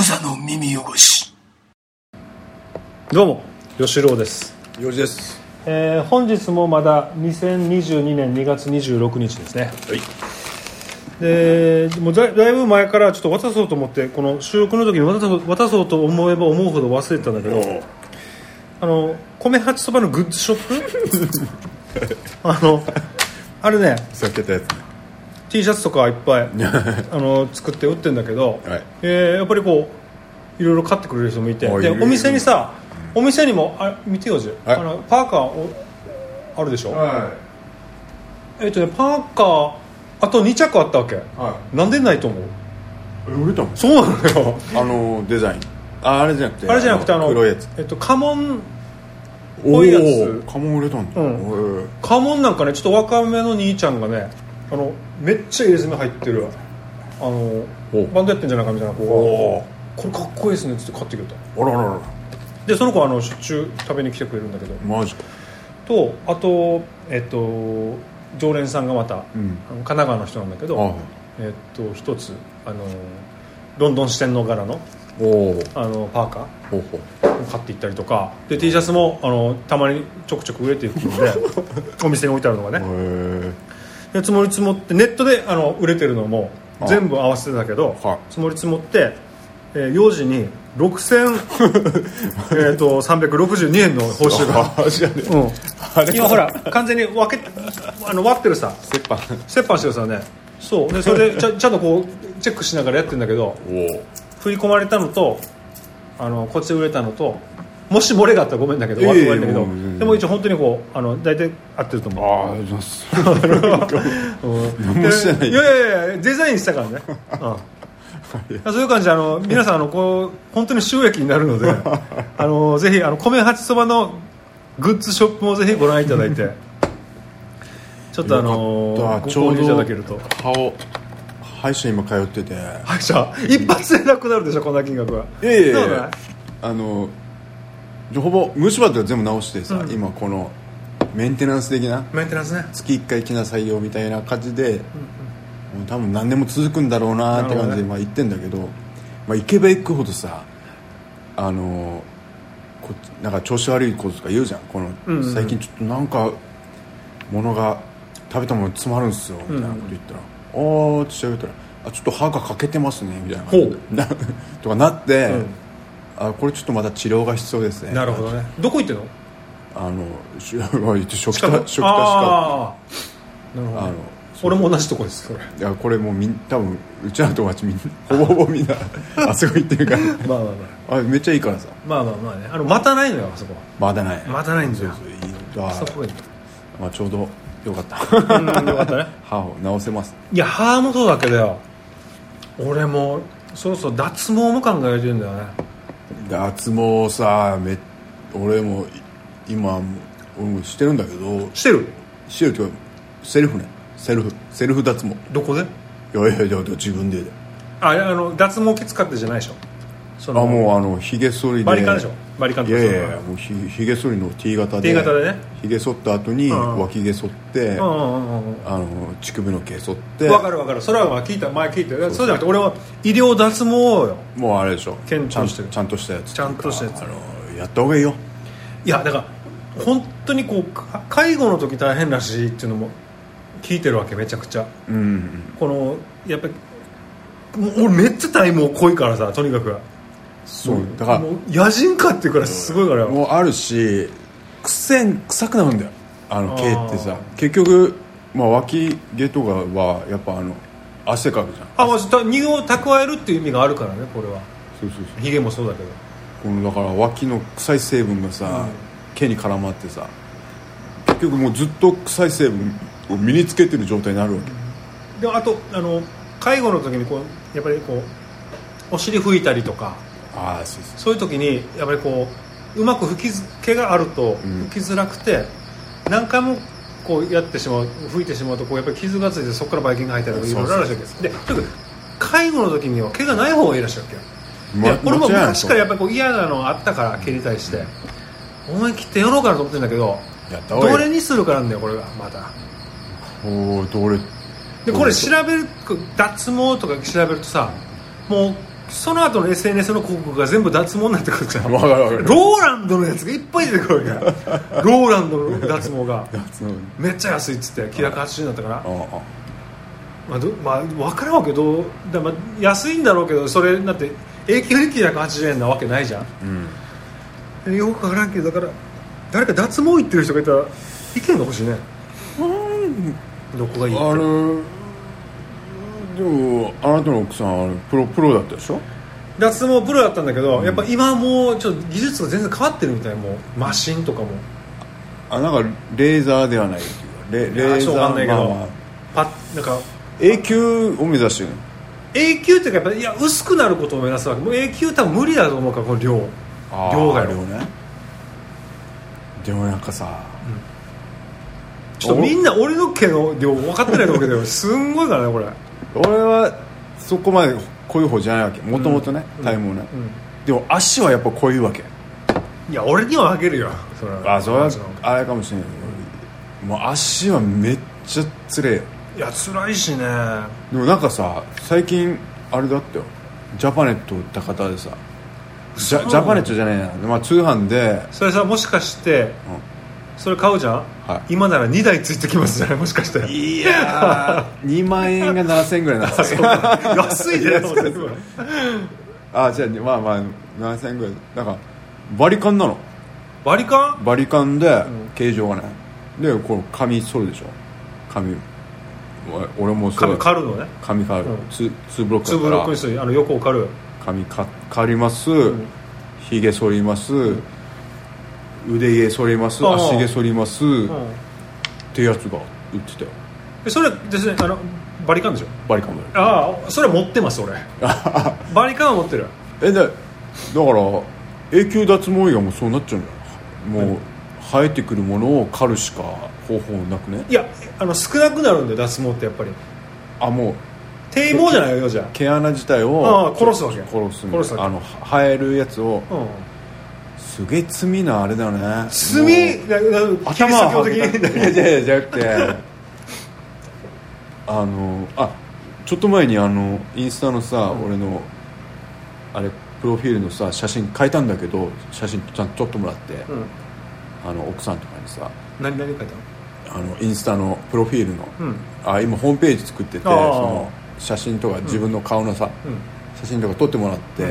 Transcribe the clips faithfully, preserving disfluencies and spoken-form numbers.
無座の耳汚し。 どうも吉郎です。 よじです、 えー、本日もまだにせんにじゅうにねんにがつにじゅうろくにちですね。 はい。 でもうだいぶ前からちょっと渡そうと思って、この収録の時に渡そう渡そうと思えば思うほど忘れてたんだけど、あの米八そばのグッズショップあのあれね、 さっきやったやつね。 T シャツとかいっぱいあの作って売ってるんだけど、 はい、 えー、やっぱりこういろいろ買ってくれる人もいて、でお店にさ、お店にもあ見てよじ、はい、あのパーカーおあるでしょ、はい、えっとねパーカーあとにちゃくあったわけ、はい、なんでないと思う？ え売れたの？ そうなのよ。 あのデザイン あ, あれじゃなくてあれじゃなくてあの黒いやつ、 えっと家紋っぽいやつ。 家紋売れたんだ、うん、 家紋なんかね、ちょっと若めの兄ちゃんがね、あのめっちゃ入れ墨入ってるあのバンドやってんじゃないかみたいな子が、これかっこいいですねって買ってきた。 あららら。 でその子はあのしょっちゅう食べに来てくれるんだけど、 マジか。 とあとえっと常連さんがまた、うん、神奈川の人なんだけど、はい、えっと一つあのロンドン四天王柄のあのパーカーを買っていったりとかで、 T シャツもあのたまにちょくちょく売れていくのでお店に置いてあるのがね、で積もり積もってネットであの売れてるのも全部合わせてたけど、積もり積もって、えー、よじにろくせんさんびゃくろくじゅうにえんの報酬がうん、今ほら完全に分けあの割ってるさ、 折半折半してるさね。そうでそれでち ゃ, ちゃんとこうチェックしながらやってるんだけど、振り込まれたのとあのこっちで売れたのと、もし漏れがあったらごめんだけど、えー、悪いんだけど、でも一応本当にこうあの大体合ってると思う。 ああ、ありがとうございます。何もしてない。 いやいやいやデザインしたからね、うん、そういう感じであの皆さんあのこう本当に収益になるのであのぜひあの米八そばのグッズショップもぜひご覧いただいてちょっとあのご購入いただけると。 顔歯医者今通ってて、 歯医者一発でなくなるでしょこんな金額は。 いやいやいや、あのほぼ虫歯とか全部直してさ、うん、今このメンテナンス的なメンテナンスね、 月いっかい来なさいよみたいな感じで、うんうん、もう多分何年も続くんだろうなって感じで、ね、まあ、言ってんだけど、まあ、行けば行くほどさ、あのこなんか調子悪いこととか言うじゃん。この、うんうん、最近ちょっとなんか物が食べたもの詰まるんですよみたいなこと言ったら、うんうん、あーって調べたら、あちょっと歯が欠けてますねみたいな感じでとかなって、うん、あこれちょっとまた治療が必要ですね。 なるほどね。どこ行ってんの？あの初期化初期化しか。 なるほど、ね、俺も同じとこです。それいやこれもうみん多分うちらの友達みんなほぼほぼみんなあそこ行ってるからまあまあまああめっちゃいいからさ。 まあまあまあね、あの待たないのよあそこは。 待たない待たないんですよ。 そうそういいあそこがいい。 まあちょうどよかったうんよかったね。 歯を直せます。 いや歯もそうだけどよ、俺もそろそろ脱毛も考えてるんだよね。 脱毛さめ俺も今俺もしてるんだけど。 してるしてるっていうかセルフね。セルフセルフ脱毛。 どこで？ いやいやいや自分で。 ああの脱毛器使ってじゃないでしょ。 そのあもうあのひげ剃りでバリカンでしょ。バリカンとか。 いやいやいやもうひひげ剃りの T 型で T 型でね、 ひげ剃った後に脇毛剃って、うん、あの乳首の毛剃って。 分かる分かる。それは聞いた前聞いた。そうじゃなくて俺は医療脱毛よ。 もうあれでしょ。 ちゃんとしてる。 ちゃんとしたやつ。 ちゃんとしたやつ。 あのやった方がいいよ。 いやだから本当にこう介護の時大変らしいっていうのも聞いてるわけ。めちゃくちゃ、うん、このやっぱり俺めっちゃ体毛濃いからさ、とにかくそうだからもう野人かっていうくらいすごいからもうあるし癖臭くなるんだよあの毛ってさ。結局、まあ、脇毛とかはやっぱあの汗かくじゃん。 あ、まあ、荷を蓄えるっていう意味があるからねこれは。 そうそうそう。 ヒゲもそうだけどこのだから脇の臭い成分がさ、うん、毛に絡まってさ結局もうずっと臭い成分を身につけてる状態になるわけ、 うん、であとあの介護の時にこうやっぱりこうお尻拭いたりとか、 ああそうそう、 そういう時にやっぱりこううまく拭き毛があると拭きづらくて、うん、何回もこうやってしまう拭いてしまうとこうやっぱり傷がついてそこからばい菌が入ったりとかいろいろあるらしいわけです。でとにかく介護の時には毛がない方がいいらしいわけよ。ま、いや俺も昔からやっぱりこう嫌なのあったから毛に対して思い切ってやろうかなと思ってるんだけど、どれにするかなんだよこれがまた。 おどれでこれ調べる脱毛とか調べるとさ、もうその後の エスエヌエス の広告が全部脱毛になってくるじゃん。 わかるわかる。 ローランドのやつがいっぱい出てくるわけローランドの脱毛がめっちゃ安いっつってきゅうひゃくはちじゅうえんだったかな。まあどまあ、分からんわけどだ、まあ、安いんだろうけどそれだって永久にきゅうひゃくはちじゅうえんなわけないじゃん、うん、よく分からんけどだから誰か脱毛行ってる人がいたら意見が欲しいね。うんどこがいいって。あのでもあなたの奥さんプロプロだったでしょ。 脱毛プロだったんだけど、うん、やっぱ今もうちょっと技術が全然変わってるみたい。もうマシンとかもあなんかレーザーではないレレーザーわかんないけど、まあ、パッなんか永久を目指してるの。 永久っていうかやっぱいや薄くなることを目指すわけ。もう永久多分無理だと思うからこの量量が量ね。 でもなんかさ、 うん、ちょっとみんな俺の毛の量分かってないと思うけどすんごいからねこれ。 俺はそこまで濃い方じゃないわけもともとね、体毛ね、うんうん、でも足はやっぱ濃いわけ。 いや俺にはあげるよそれは。 あそれはあれかもしれないけど、うん、もう足はめっちゃつれえよ。 いや辛いしね。 でもなんかさ最近あれだったよジャパネット売った方でさジャ, ジャパネットじゃないな、まあ、通販でそれさもしかして、うん、それ買うじゃん、はい、今ならにだいついてきますじゃないもしかして。 いやにまんえんがななせんえんぐらいなんですよ安いねあじゃあまあまあななせんえんぐらいなんかバリカンなの。 バリカンバリカンで、うん、形状がねでこの髪剃るでしょ。髪俺もそう髪刈るのね。 髪刈る、うん、ツ, ツーブロックだからツーブロックにするあの横を刈る髪か刈ります、うん、ひげ剃ります、うん、腕毛剃ります足毛剃ります、うん、ってやつが売ってたよ。 それですねあのバリカンでしょ。 バリカンだよ。 ああそれは持ってます俺バリカンは持ってる。 えでだから永久脱毛以外もそうなっちゃうんだよ。もう、うん、生えてくるものを刈るしか方法なくね。 いやあの少なくなるんだよ脱毛ってやっぱり。 あもう低毛じゃないよじゃあ毛穴自体を殺すわけ。 殺す殺すわけ。 あの生えるやつを、うん、すげえ罪なあれだよね。 罪頭はじゃじゃなくてあのあちょっと前にあのインスタのさ、うん、俺のあれプロフィールのさ写真変えたんだけど写真ちゃんと撮ってもらって、うん、あの奥さんとかにさ何何書いたのあのインスタのプロフィールの、うん、あ今ホームページ作っててその写真とか自分の顔のさ、うん、写真とか撮ってもらって、うん、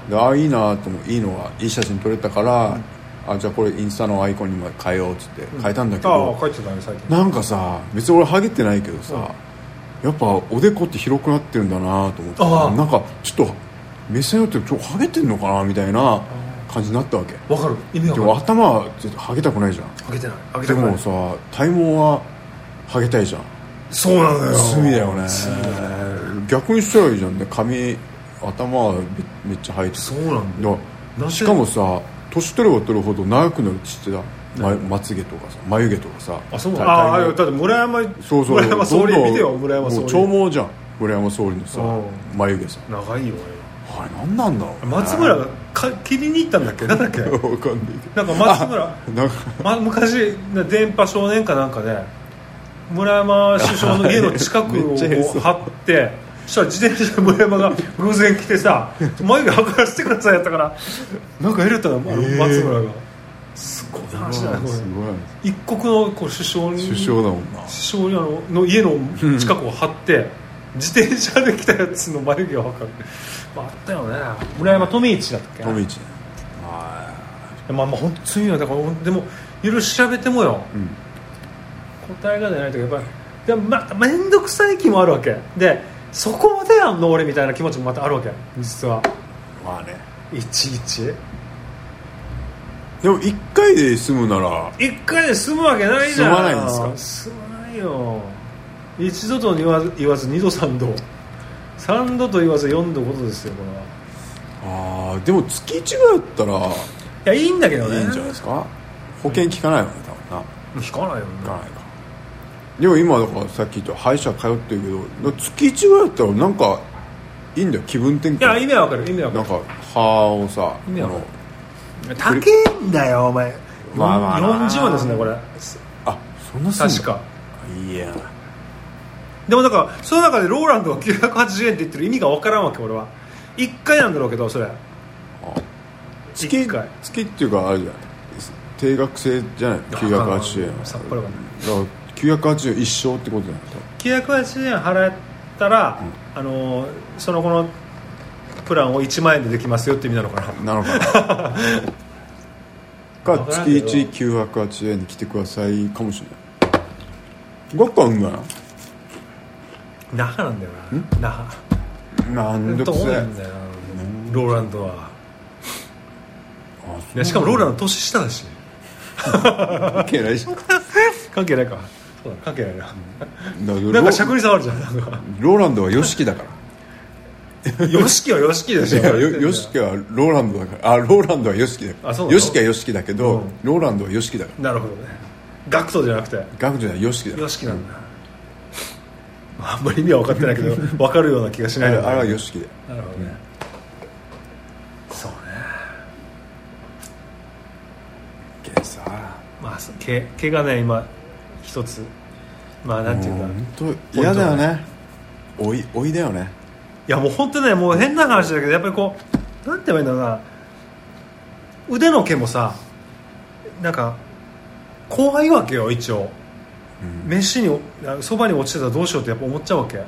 でああいいなと思ういいのがいい写真撮れたから、うん、あじゃあこれインスタのアイコンにも変えようっつって変えたんだけど、 うん、あ書いてたね最近。 なんかさ別に俺ハゲてないけどさ、うん、やっぱおでこって広くなってるんだなと思ってなんかちょっと目線よってちょっとハゲてんのかなみたいな感じになったわけ。 わかる意味わかる。 でも頭はちょっとハゲたくないじゃん。 ハゲてないハゲたくない。 でもさ体毛はハゲたいじゃん。 そうなのよ罪だよね。逆にしたらいいじゃんね。髪頭はめっちゃ生えてる。 そうなんだよ。 しかもさ年取れば取るほど長くなるって知ってた。まつげとかさ眉毛とかさあそうなの。ああだって村山そうそう村山総理見てよ村山総理長毛じゃん村山総理のさ眉毛さ長いよあれ何なんだろう、ね、 松村がか切りに行ったんだっけなんだっけ分かんないけどなんか松村なんか、ま、昔電波少年かなんかで村山首相の家の近くを張ってそしたら自転車で村山が偶然来てさ眉毛測らせてくださいやったからなんかやれたの、あの松村がすごい話だねこれ。一国のこう首相に首相だもんな首相にあのの家の近くを張って自転車で来たやつの眉毛を測るまあ、あったよね。村山富一だったっけ。 富一あまあまあ本当にだからでもいろいろ調べてもよ、うん、答えが出ないとやっぱりでもまた面倒くさい気もあるわけでそこまでやんの俺みたいな気持ちもまたあるわけ実は。 まあねいちいちでもいっかいで済むならいっかいで済むわけないじゃん。 済まないんですか。 済まないよ。一度と言わず言わず二度三度三度と言わず四度五度ですよこれは。ああでも月一ぐらいだったらいやいいんだけどね。 いいんじゃないですか。保険効かないよね多分な。効かないよね。 効かないか。でも今だからさっき言った歯医者通ってるけど月一ぐらいだったらなんかいいんだよ気分転換。 いや意味はわかる意味はわかる。 なんか歯をさ意味はわかる。高いんだよお前。まあまあよんじゅうまんですねこれ。 あそんなすんの。 確かいやでもだからその中でローランドがきゅうひゃくはちじゅうえんって言ってる意味がわからんわけ俺は。 いっかいなんだろうけどそれあ月月っていうかあれじゃない定額制じゃないきゅうひゃくはちじゅうえんさっぱりわかんない。 きゅうひゃくはちじゅうえん一生ってことじゃないきゅうひゃくはちじゅうえん払ったら、うん、あのその後のプランをいちまんえんでできますよって意味なのかな。 なのかなか月いちきゅうひゃくはちじゅうえんに来てくださいかもしれない。学科運がな那覇なんだよな。那覇なんでくせえんだよローランドは。いやしかもローランド年下だし関係ないじゃん関係ないか。そうだ関係ないな。なんか尺に触るじゃん。 ローランドはヨシキだからヨシキはヨシキでしょ。 ヨシキはローランドだから。あローランドはヨシキだから。ヨシキはヨシキだけど、うん、ローランドはヨシキだから。 なるほどね。ガクトじゃなくてガクトじゃないヨシキだから。 ヨシキなんだ、うん、あんまり意味は分かってないけど分かるような気がしない、ね、 あれはヨシキで。 なるほどね、うん、そうね。 けさまあ毛毛がね今一つまあなんていうか本当嫌だよね。老い老いだよね。 いやもう本当ねもう変な話だけどやっぱりこうなんて言えばいいんだろうな、腕の毛もさなんか怖いわけよ一応、うん、飯にそばに落ちてたらどうしようってやっぱ思っちゃうわけ、うん、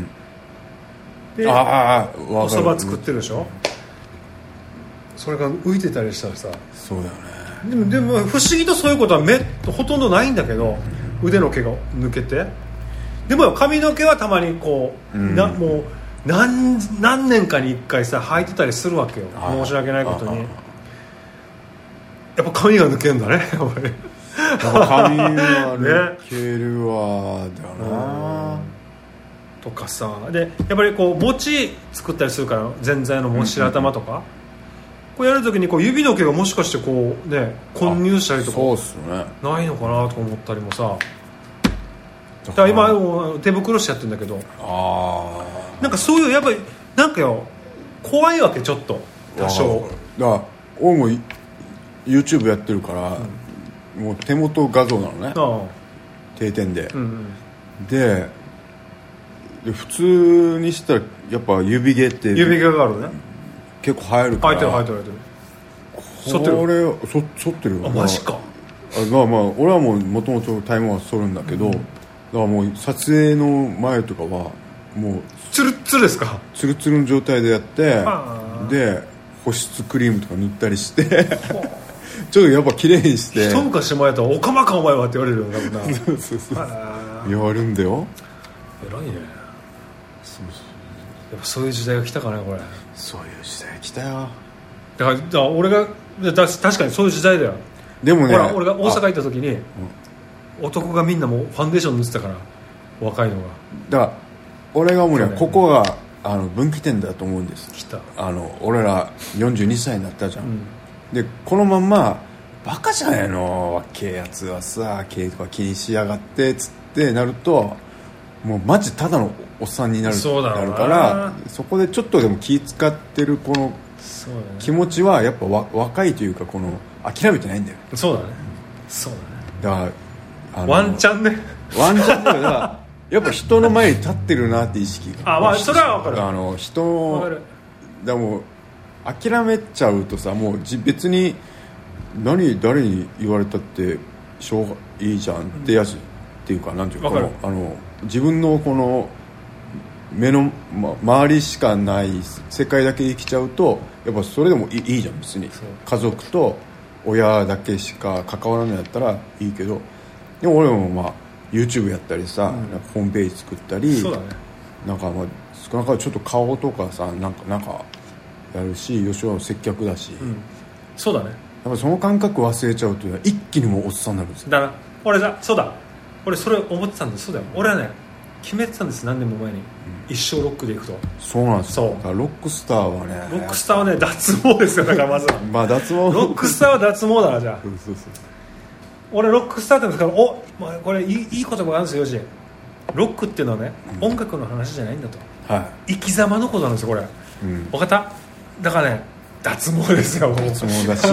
でああおそば作ってるでしょ、うん、それが浮いてたりしたらさそうだよね。 でも、でも不思議とそういうことはめほとんどないんだけど、うん、腕の毛が抜けてでも髪の毛はたまにこう、うん、なもう 何, 何年かにいっかいさ生えてたりするわけよ。申し訳ないことにやっぱ髪が抜けるんだねやっぱり髪は抜けるわだな、ね、 とかさでやっぱりこう餅作ったりするからぜんざいのも白玉とか、うんうん、こうやるときにこう指の毛がもしかしてこうね混入したりとかそうっすねないのかなと思ったりもさだから今手袋してやってるんだけどあなんかそういうやっぱりなんかよ怖いわけちょっと多少だから俺も YouTube やってるから、うん、もう手元画像なのねあ定点で、うんうん、で, で普通にしたらやっぱ指毛って指毛があるね結構生えるから生えてる生えてる生えてるこれそ剃ってるよあマジかあまあまあ俺はもうもともとタイムは剃るんだけど、うん、だからもう撮影の前とかはもうツルッツルですかツルツルの状態でやってで保湿クリームとか塗ったりしてちょっとやっぱ綺麗にして一昔前とおかまかお前はって言われるよ多分なそうそうそう言われるんだよ偉いねそうそうやっぱそういう時代が来たかねこれそういう時代が来たよだから、だから俺がだ確かにそういう時代だよでもねほら俺が大阪行った時に、うん、男がみんなもうファンデーション塗ってたから若いのがだから俺が思うにはここがあの分岐点だと思うんです。 来たあの俺らよんじゅうにさいになったじゃん、うん、でこのまんまバカじゃないの若えやつはさ経営とか気にしやがってつってなるともうマジただのおっさんになるそうだなるからそこでちょっとでも気使ってるこの気持ちはやっぱわ若いというかこの諦めてないんだよ。 そうだね、うん、そうだね。 だからあのワンチャンねワンチャンだからやっぱ人の前に立ってるなって意識があ、まあ、それは分かるあの人だもう諦めちゃうとさもう別に何誰に言われたってしょうがいいじゃんってやつ、うん、っていうかなんていうかあの自分のこの目の、ま、周りしかない世界だけ生きちゃうとやっぱそれでもい い, いいじゃん別に家族と親だけしか関わらないんだったらいいけどでも俺もまあYouTube やったりさ、うん、なんかホームページ作ったりそうだねなんかまあ少なからずちょっと顔とかさなんかなんかやるし吉は接客だし、うん、 そうだねやっぱその感覚忘れちゃうと一気にもうおっさんになるんですよ。 だから俺さそうだ俺それ思ってたんですそうだよ俺はね決めてたんです何年も前に、うん、一生ロックでいくとそうなんですよだからロックスターはねロックスターはね脱毛ですよだからまずまあ脱毛ロックスターは脱毛だなじゃあそうそうそう俺ロックスターって言うんですからお、まあ、これいい、いい言葉があるんですよヨジロックっていうのはね、うん、音楽の話じゃないんだと、はい、生き様のことなんですよこれ、うん、分かっただからね脱毛ですよ脱毛だし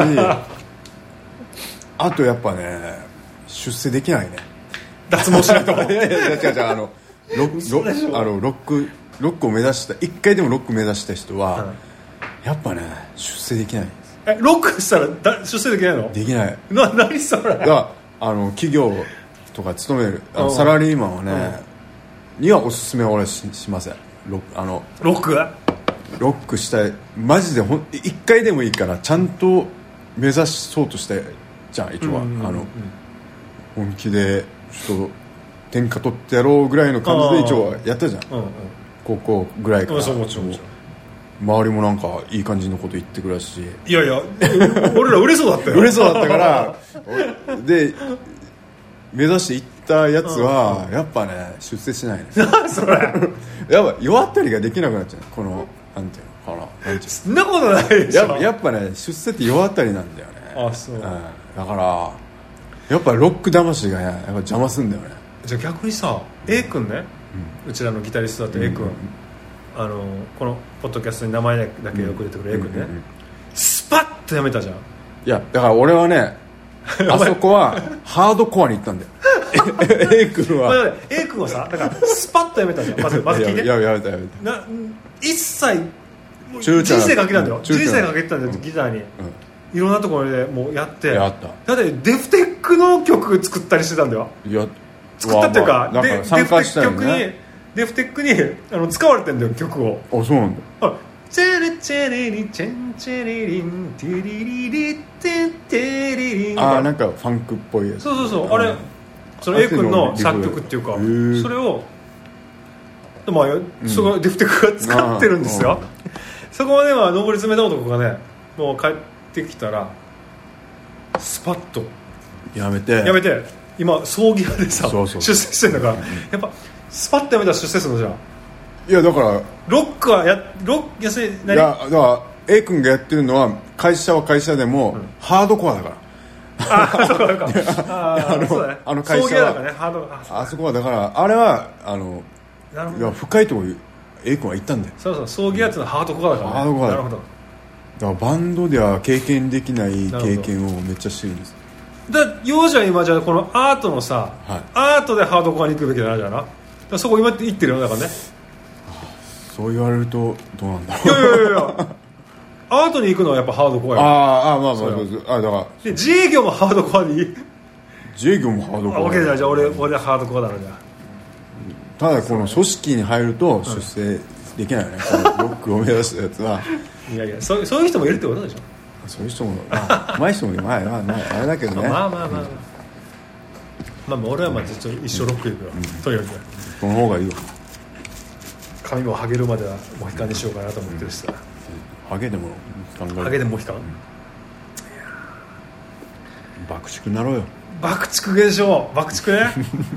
あとやっぱね出世できないね脱毛しないといやいや違う違うあのロックロあのロックロックを目指した一回でもロック目指した人は、 やっぱね出世できない。 えロックしたらだ出世できないの？ できない。 な何それ。だからあの企業とか勤めるあのサラリーマンはね、うん、にはおすすめは俺は し, しません。ロあのロックロックしたいマジでほんいっかいでもいいからちゃんと目指そうとしてじゃん一応は、うんうんうん、あの本気でちょっと天下取ってやろうぐらいの感じで一応はやったじゃん、うんうん、高校ぐらいから。 そうもちろんもちろん周りもなんかいい感じのこと言ってくるし、 いやいや俺ら売れそうだったよ売れそうだったからで目指していったやつは、うん、やっぱね出世しないね。 何それやっぱ世当たりができなくなっちゃうこのなんていうのかななんていうそんなことないでしょ。 や, やっぱね出世って世当たりなんだよね。 あそう、うん、だからやっぱロック魂がねやっぱ邪魔すんだよね。 じゃあ逆にさ A 君ね、うん、うちらのギタリストだって A 君、うんあのこのポッドキャストに名前だけよく出てくる A 君ね、うんうんうん、スパッとやめたじゃん。いやだから俺はねあそこはハードコアに行ったんだよA 君は、まあ、 A 君はさだからスパッとやめたじゃん。まずまず聞いて。 いややめたやめたな一切人生かけたんだよ。人生かけてたんだよ、うん、ギターに、うん、いろんなところでもうやってやっただってデフテックの曲作ったりしてたんだよ。いや作ったっていうか、まあ、で参加したよね。デフテックにデフテックにあの使われてんだよ曲を。 あそうなんだ。 あチェレチェレリチェンチェレリンティリリリテンテリリン。 あなんかファンクっぽいやつ。 そうそうそうあれそれ A 君の作曲っていうかそれをまあ、うん、そこデフテックが使ってるんですよ。そこまでは上り詰めた男がねもう帰ってきたらスパッとやめてやめて今葬儀屋でさそうそう出世してんだからやっぱスパッとやめたら出世するのじゃん。 いやだからロックはやロックやすい何。 いやだから A 君がやってるのは会社は会社でも、うん、ハードコアだから。 あそうかあのそうだね。 あの会社はだ、ね、ハードあ, あそこはだからあれはあのなるほど、 いや深いところ A 君は行ったんだよ。 そうそう葬儀やつのハードコアだから、ね、 ハードコアだ。 なるほど。 だからバンドでは経験できない経験をめっちゃしてるんです。 だ幼児は今じゃこのアートのさ、はい、アートでハードコアに行くべきだなじゃな。だそこ今って言ってるよだからね。 そう言われるとどうなんだろう。 いやいやいやアートに行くのはやっぱハードコアや。 ああまあまあそうそうあだからで自営業もハードコアでいい。 自営業もハードコア。 あ OK じゃあじゃあ俺俺はハードコアだなじゃあ。 ただこの組織に入ると出世できないよね、うん、このロックを目指したやつは。 いやいやそうそういう人もいるってことでしょ。 そういう人もまあ上手い人もまあまあまああれだけどね。 まあまあまあまあ、まあ、まあ俺はまあずっと一生ロック行くよ、うん、とにかくその方がいいよ。 髪もハゲるまではモヒカンにしようかなと思ってるしさ、 うん、ハゲでも考える。 ハゲでモヒカン、うん、 爆竹になろうよ。 爆竹でしょ爆竹ね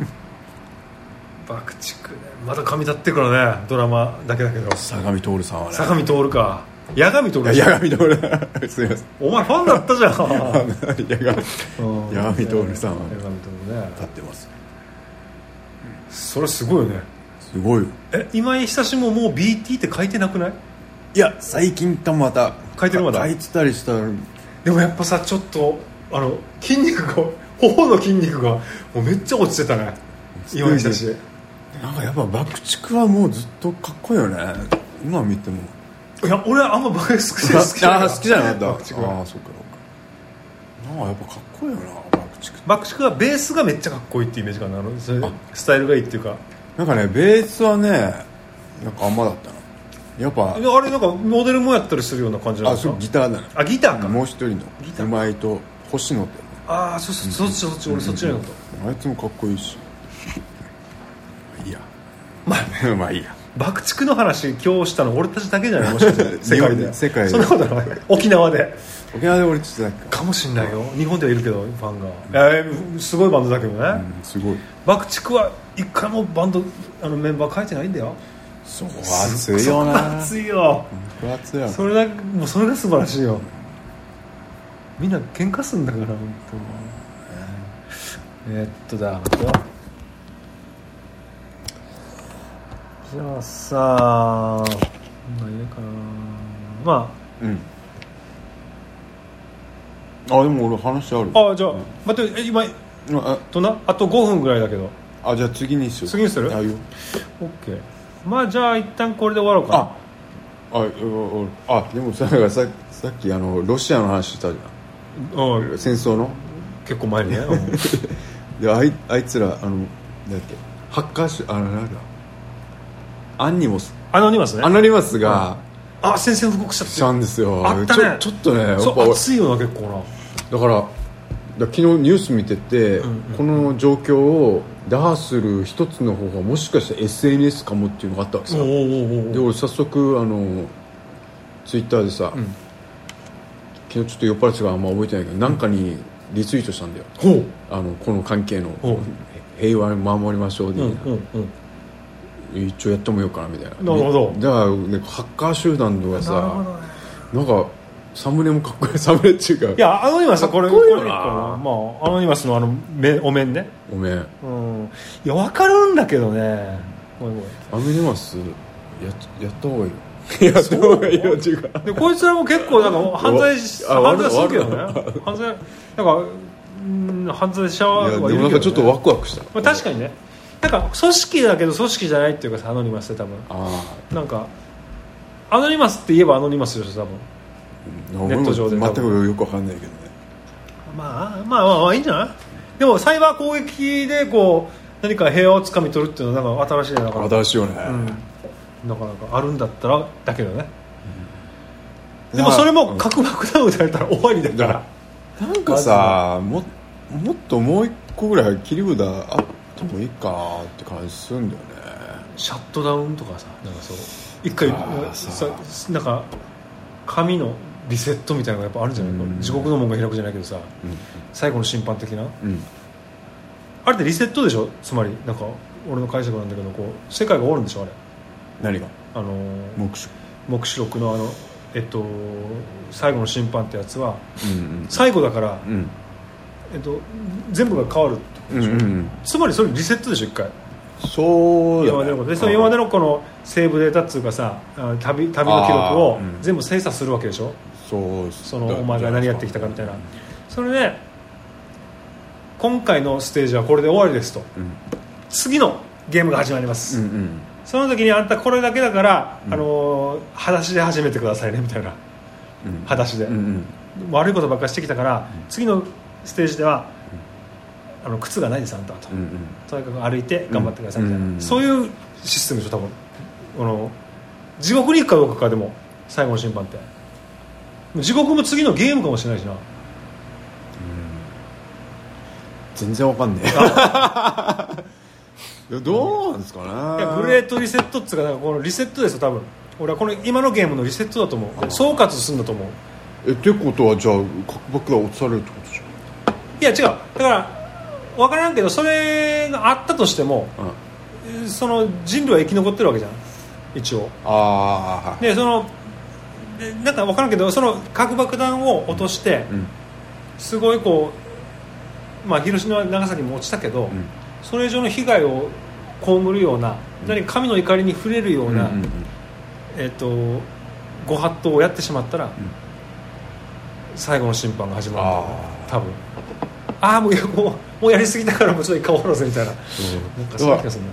爆竹ねまた髪立ってくるねドラマだけだけど。 相模徹さんはね。 相模徹か八神徹。 八神徹すみませんお前ファンだったじゃん八神徹さんは八神徹ね立ってます。 それすごいよね。 すごいよ。 え今井久志ももう ビーティー って書いてなくない？ いや最近たまた書いてるまだ書いてたりしたら。 でもやっぱさちょっとあの筋肉が頬の筋肉がもうめっちゃ落ちてたね今井久志。 なんかやっぱ爆竹はもうずっとかっこいいよね今見ても。 いや俺はあんま爆竹好きじゃない。 あ好きじゃなかった。 爆竹はあそうかそうか。なんかやっぱかっこいいよな爆竹。 爆竹はベースがめっちゃかっこいいってイメージかな。それスタイルがいいっていうか。 なんかねベースはねなんかあんまだったなやっぱ。あれなんかモデルもやったりするような感じなんですか。 あそうギターだね。 あギターか。 もう一人の今井と星野って。 ああそうそうそっちそっち、うん、俺そっちのこと。 あいつもかっこいいしいいやまあまあいいや。 爆竹の話今日したの俺たちだけじゃないもしかして世界で。 世界でそんなことない沖縄で沖縄で俺ちょっとかもしんないよ。日本ではいるけどファンが、うん、えー、すごいバンドだけどね、 うん、すごい。 爆竹は一回もバンドあのメンバー書いてないんだよ。 そう熱いよな。 熱いよ熱いよ。 それだもうそれが素晴らしいよ。みんな喧嘩すんだから本当、えー、っとだじゃあさあまあいいかなまあうんあでも俺話ある。 あじゃあ、うん、待って今あとなあとごふんぐらいだけど。 あじゃあ次にしよう。 次にする。 あいいよ。 オッケー。まあじゃあ一旦これで終わろうか。 あああでもさささっきあのロシアの話したじゃん、戦争の結構前にねで あ, いあいつらあのなんだっけハッカーしあのなんだアンニモスアノニマスねアノニマスが、 うん、あ宣戦布告しちゃってしたんですよ。 あったねちょ、ちょっとねやっぱそう熱いよな結構なだからだ昨日ニュース見てて、うんうん、この状況を打破する一つの方法はもしかしたら エスエヌエス かもっていうのがあったわけさ。で俺早速あのツイッターでさ、うん、昨日ちょっと酔っ払ってたからあんま覚えてないけどなんかにリツイートしたんだよ、うん、あのこの関係の平和を守りましょうでいいな、うんうんうん、一応やってもようかなみたいな。 なるほど。 だから、ね、ハッカー集団とかさ な,、ね、なんかサムネもかっこいい。サムネっていうかいやアノニマスはこれかっこいいよな。まあアノニマスのあの目お面ねお面、うん、 いや分かるんだけどね。ごめんごめんアノニマス や, やった方がいいよやった方がいいよっていうかでこいつらも結構なんか犯罪犯罪するけどね犯罪なんかうん犯罪者はいるけど、ね、 でもなんかちょっとワクワクした、 まあ、確かにねなんか組織だけど組織じゃないっていうかさアノニマスって多分あなんかアノニマスって言えばアノニマスでしょ多分ネット上で全くよくわかんないけどね。 まあまあまあまあいいんじゃない。でもサイバー攻撃でこう何か平和をつかみ取るっていうのはなんか新しいね。だから新しいよね、 うん、なかなかあるんだったらだけどね、うん、でもそれも核爆弾撃たれたら終わりだからなんかさも, もっともう一個ぐらい切り札あってもいいかって感じするんだよね。 シャットダウンとかさなんかそう一回さなんか紙のリセットみたいなのがやっぱあるんじゃない、うん、地獄の門が開くじゃないけどさ、うん、最後の審判的な、うん、あれってリセットでしょ。つまりなんか俺の解釈なんだけどこう世界が終わるんでしょあれ。 何があの黙示黙示録のあのえっと最後の審判ってやつは、うんうん、最後だから、うんえっと、全部が変わるってことでしょ、うんうん、つまりそれリセットでしょ一回。 そうだ、ね、 でその今までのこのセーブデータっていうかさ旅, 旅の記録を全部精査するわけでしょ。 そうそのお前が何やってきたかみたいな。それで今回のステージはこれで終わりですと、うん、次のゲームが始まります、うんうん、その時にあんたこれだけだから、うん、あの裸足で始めてくださいねみたいな、うん、裸足で、うんうん、悪いことばっかりしてきたから、うん、次のステージではあの靴がないですあんたはと、うんうん、とにかく歩いて頑張ってくださいみたいな、うんうん、そういうシステムでしょ多分。あの地獄に行くかどうかかでも最後の審判って地獄も次のゲームかもしれないしな、うん、 全然わかんねえどうなんですかね。 いやグレートリセットっていうかなんかこのリセットですよ多分。俺はこの今のゲームのリセットだと思う。総括するんだと思う。 えってことはじゃあ核爆弾落とされるってことじゃん。 いや違うだから分からんけどそれがあったとしても、うん、その人類は生き残ってるわけじゃん一応。 あでそのでなんか分からんけどその核爆弾を落として、うん、すごいこう、まあ、広島長崎も落ちたけど、うん、それ以上の被害を被るような、うん、何か神の怒りに触れるような、うんうんうんえー、とご法度をやってしまったら、うん、最後の審判が始まるんだよ多分。ああもうもうもうやりすぎたからもうちょっと一回終わろうぜみたいな、うん、なんかそういう気がする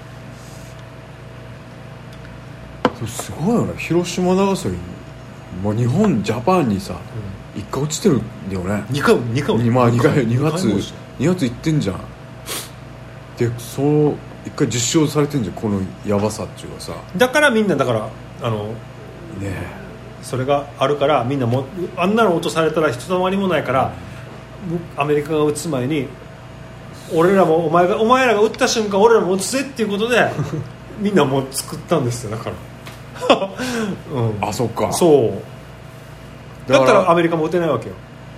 な。 すごいよね広島長崎もう日本ジャパンにさ、うん、いっかい落ちてるんだよね。 にかいにかいまあにかいにがつにがつ行ってんじゃん。でそういっかい実証されてんじゃんこのヤバさっていうかさ。 だからみんなだからあのねそれがあるからみんなもあんなの落とされたらひとたまりもないから、うん、アメリカが撃つ前に俺らもお前がお前らが撃った瞬間俺らも撃つぜっていうことでみんなもう作ったんですよだからうん、 あそっかそうだったらアメリカも撃てないわけよ。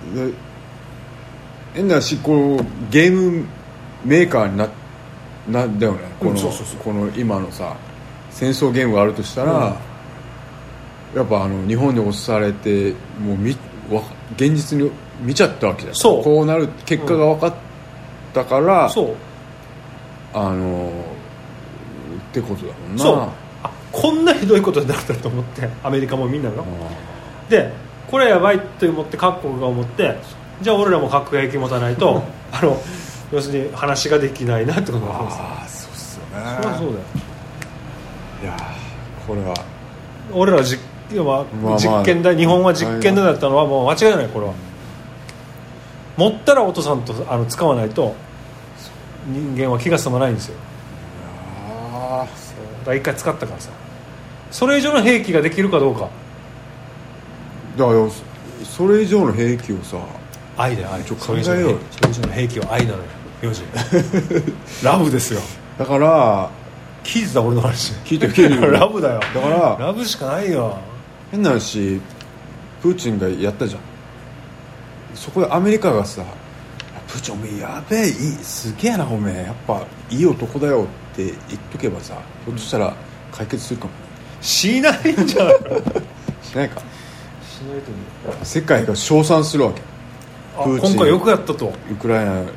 変なしこうゲームメーカーにななんだよねこの、うん、そうそうそうこの今のさ戦争ゲームがあるとしたら、うん、やっぱあの日本に押されてもうみ現実に見ちゃったわけじゃん。 そうこうなる結果が分かったから、うん、 そうあのってことだもんな。 そうあこんなひどいことになったと思ってアメリカもみんながでこれやばいと思って各国が思ってじゃあ俺らも核兵器持たないとあの要するに話ができないなってことがあるんですよ。 ああそうっすよね。 そりゃそうだよ。 いやこれは俺らじ要は実験台、まあまあ、日本は実験台だったのはもう間違いない。これは持ったら落とさんとあの使わないと人間は気が済まないんですよ。あそうだ、一回使ったからさ、それ以上の兵器ができるかどうかだから、それ以上の兵器をさ、 愛だよ愛。 ちょ考えよう。それ以上の兵器は愛なのよヨジラブですよ。 だから聞いてた俺の話。 聞いてる聞いてるラブだよ。 だからラブしかないよ。 変な話、プーチンがやったじゃん。そこでアメリカがさ、プーチンおめえやべえ、いいすげえなおめえやっぱいい男だよって言っとけばさ、ひょっとしたら解決するかもね。しないんじゃないしないか。 しないと思う。 世界が称賛するわけ。 プーチン今回よくやったと。 ウクライナに、うん、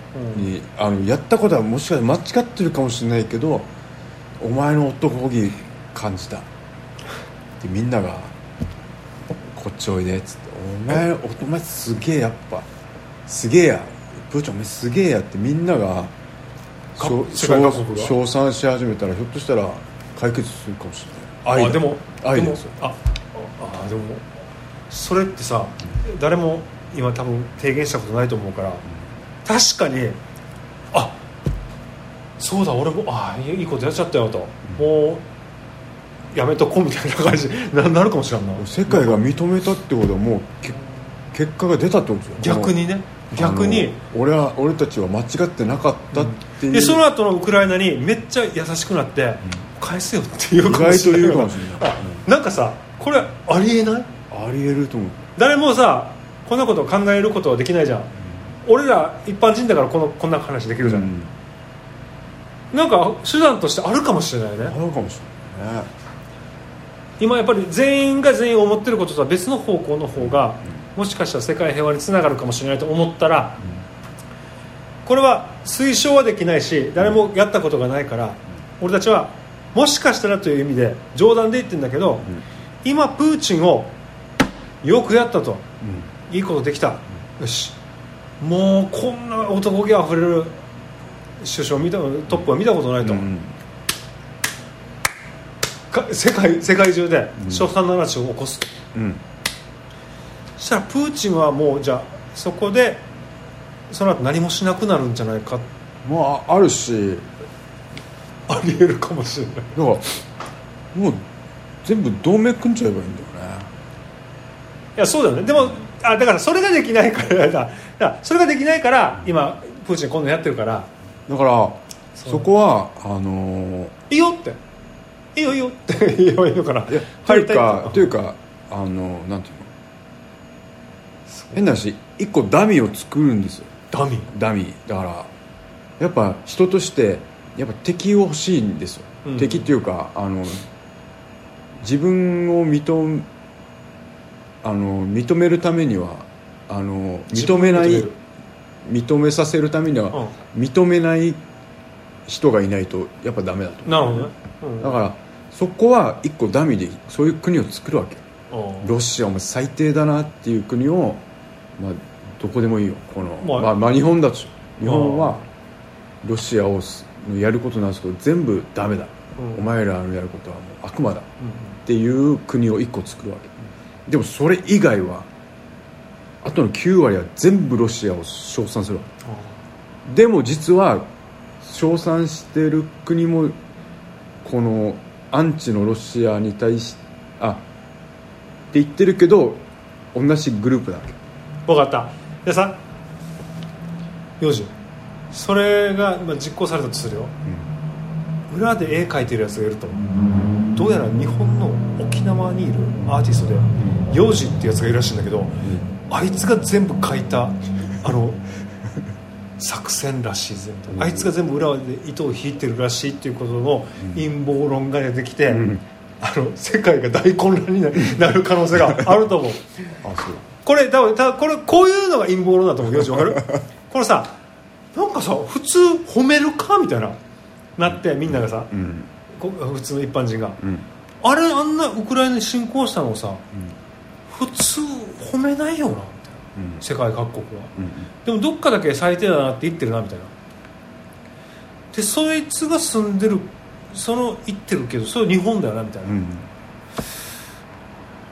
あのやったことはもしかして間違ってるかもしれないけど、お前の男気感じたでみんながこっちおいでっつって、お前お前すげえ、やっぱすげえやプーチンお前すげえやってみんなが称賛し始めたら、ひょっとしたら解決するかもしれない。愛あでも愛ですよ。 ああでもそれってさ、誰も今多分提言したことないと思うから、確かにあそうだ俺もあいいことやっちゃったよと、うん、もうやめとこうみたいな感じになるかもしれんな。 世界が認めたってことはもう結果が出たってことですよ。 逆にね、逆に俺は俺たちは間違ってなかったっていう、うん、 でその後のウクライナにめっちゃ優しくなって、うん、返せよっていうかもしれない。意外と言うかもしれない、うん、なんかさこれありえない？ ありえると思う。 誰もさこんなことを考えることはできないじゃん、うん、俺ら一般人だからこのこんな話できるじゃん、うん、なんか手段としてあるかもしれないね。 あるかもしれないね。 今やっぱり全員が全員思ってることとは別の方向の方が、うん、もしかしたら世界平和につながるかもしれないと思ったら、うん、これは推奨はできないし誰もやったことがないから、うん、俺たちはもしかしたらという意味で冗談で言ってるんだけど、うん、今プーチンをよくやったと、うん、いいことできた、うん、よしもうこんな男気あふれる首相見たトップは見たことないと、うん、か世界世界中で称賛の話を起こすと、うん、そしたらプーチンはもうじゃあそこでその後何もしなくなるんじゃないか。 もうあるしありえるかもしれない。だからもう全部同盟組んじゃえばいいんだよね。 いやそうだよね。でもあだからそれができないからだだそれができないから今プーチン今度やってるから、 だからそこはあのー、いいよっていいよいいよって言えばいいのかな。 いやというかというかあのなんていうの、変な話一個ダミーを作るんですよ。 ダミーダミーだからやっぱ人としてやっぱ敵を欲しいんですよ、うん、敵っていうかあの自分を認めあの認めるためにはあの認めない認めさせるためには、うん、認めない人がいないとやっぱダメだと。 なるほどね、 うん、だからそこは一個ダミでそういう国を作るわけ。ロシアも最低だなっていう国を、まあ、どこでもいいよこの、まあまあ、まあ日本だと日本はロシアをやることなんですけど全部ダメだ、うん、お前らのやることはもう悪魔だ、うん、っていう国を一個作るわけ。でもそれ以外はあとのきゅう割は全部ロシアを称賛するわけ。でも実は称賛してる国もこのアンチのロシアに対しあって言ってるけど同じグループだわけ。 分かった。でさ幼児それが実行されたとするよ、うん、裏で絵描いてるやつがいると、うん、どうやら日本の沖縄にいるアーティストで幼児ってやつがいるらしいんだけど、うん、あいつが全部描いたあの作戦らしい全部、うん、あいつが全部裏で糸を引いてるらしいっていうことの陰謀論が出てきて、うん、あの世界が大混乱になる可能性があると思うあそうこれ多分たこれこういうのが陰謀論だと思う。よし分かるこれさなんかさ普通褒めるかみたいななってみんながさ、うん、普通の一般人が、うん、あれあんなウクライナに侵攻したのをさ、うん、普通褒めないよなみたいな、うん、世界各国は、うん、でもどっかだけ最低だなって言ってるなみたいな。でそいつが住んでるその言ってるけどそれ日本だよなみたいな、うん、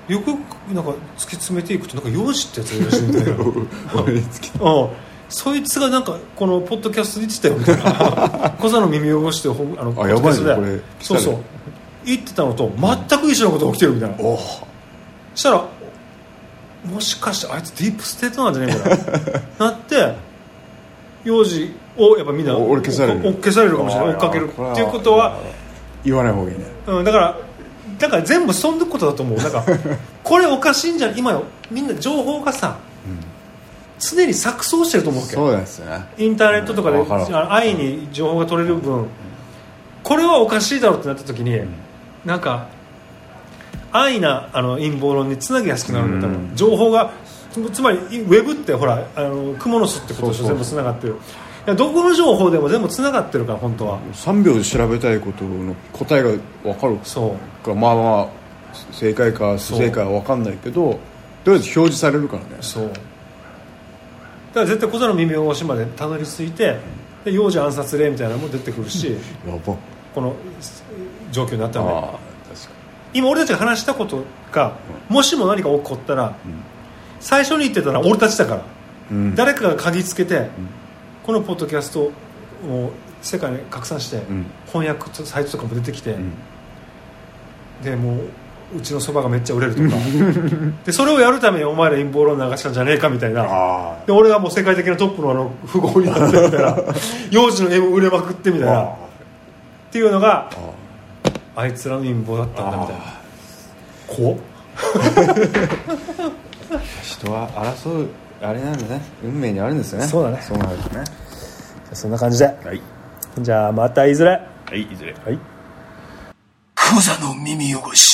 よくなんか突き詰めていくとなんか幼児ってやつがいるらしいみたいなうんそいつがなんかこのポッドキャストで言ってたよみたいな小座の耳を汚してあのあやばいねこれそうそう言ってたのと全く一緒のことが起きてるみたいな、うん、したらもしかしてあいつディープステートなんじゃねえかななって幼児をやっぱみんな追っ消される消されるかもしれない追っかけるっていうことは言わない方がいいね、 うん、だからだから全部そんなことだと思うなんかこれおかしいんじゃん今よみんな情報がさ、うん、常に錯綜してると思うわけそうですねインターネットとかで、うん、安易に情報が取れる分、うん、これはおかしいだろうってなった時に、うん、なんか安易なあの陰謀論につなげやすくなるんだ、うん、情報がつまりウェブってほらあの蜘蛛の巣ってことでしょ全部つながってるいやどこの情報でも全部つながってるから本当はさんびょうで調べたいことの答えが分かるそうかまあまあ正解か不正解は分かんないけどとりあえず表示されるからねそうだから絶対小座の耳汚しまでたどり着いてで幼児暗殺例みたいなのも出てくるし、 うん、やばこの状況になったので、ね、今俺たちが話したことが、うん、もしも何か起こったら、うん、最初に言ってたのは俺たちだから、うん、誰かが鍵つけて、うん、このポッドキャストを世界に拡散して、うん、翻訳サイトとかも出てきて、うん、でもううちのそばがめっちゃ売れるとかでそれをやるためにお前ら陰謀論流したんじゃねえかみたいなで俺がもう世界的なトップのあの富豪になってみたいな幼児の絵も売れまくってみたいなっていうのがあいつらの陰謀だったんだみたいなこう人は争うあれなんだね運命にあるんですよねそうだねそうなるとねそんな感じで、はい、じゃあまたいずれはいいずれはいクザの耳汚し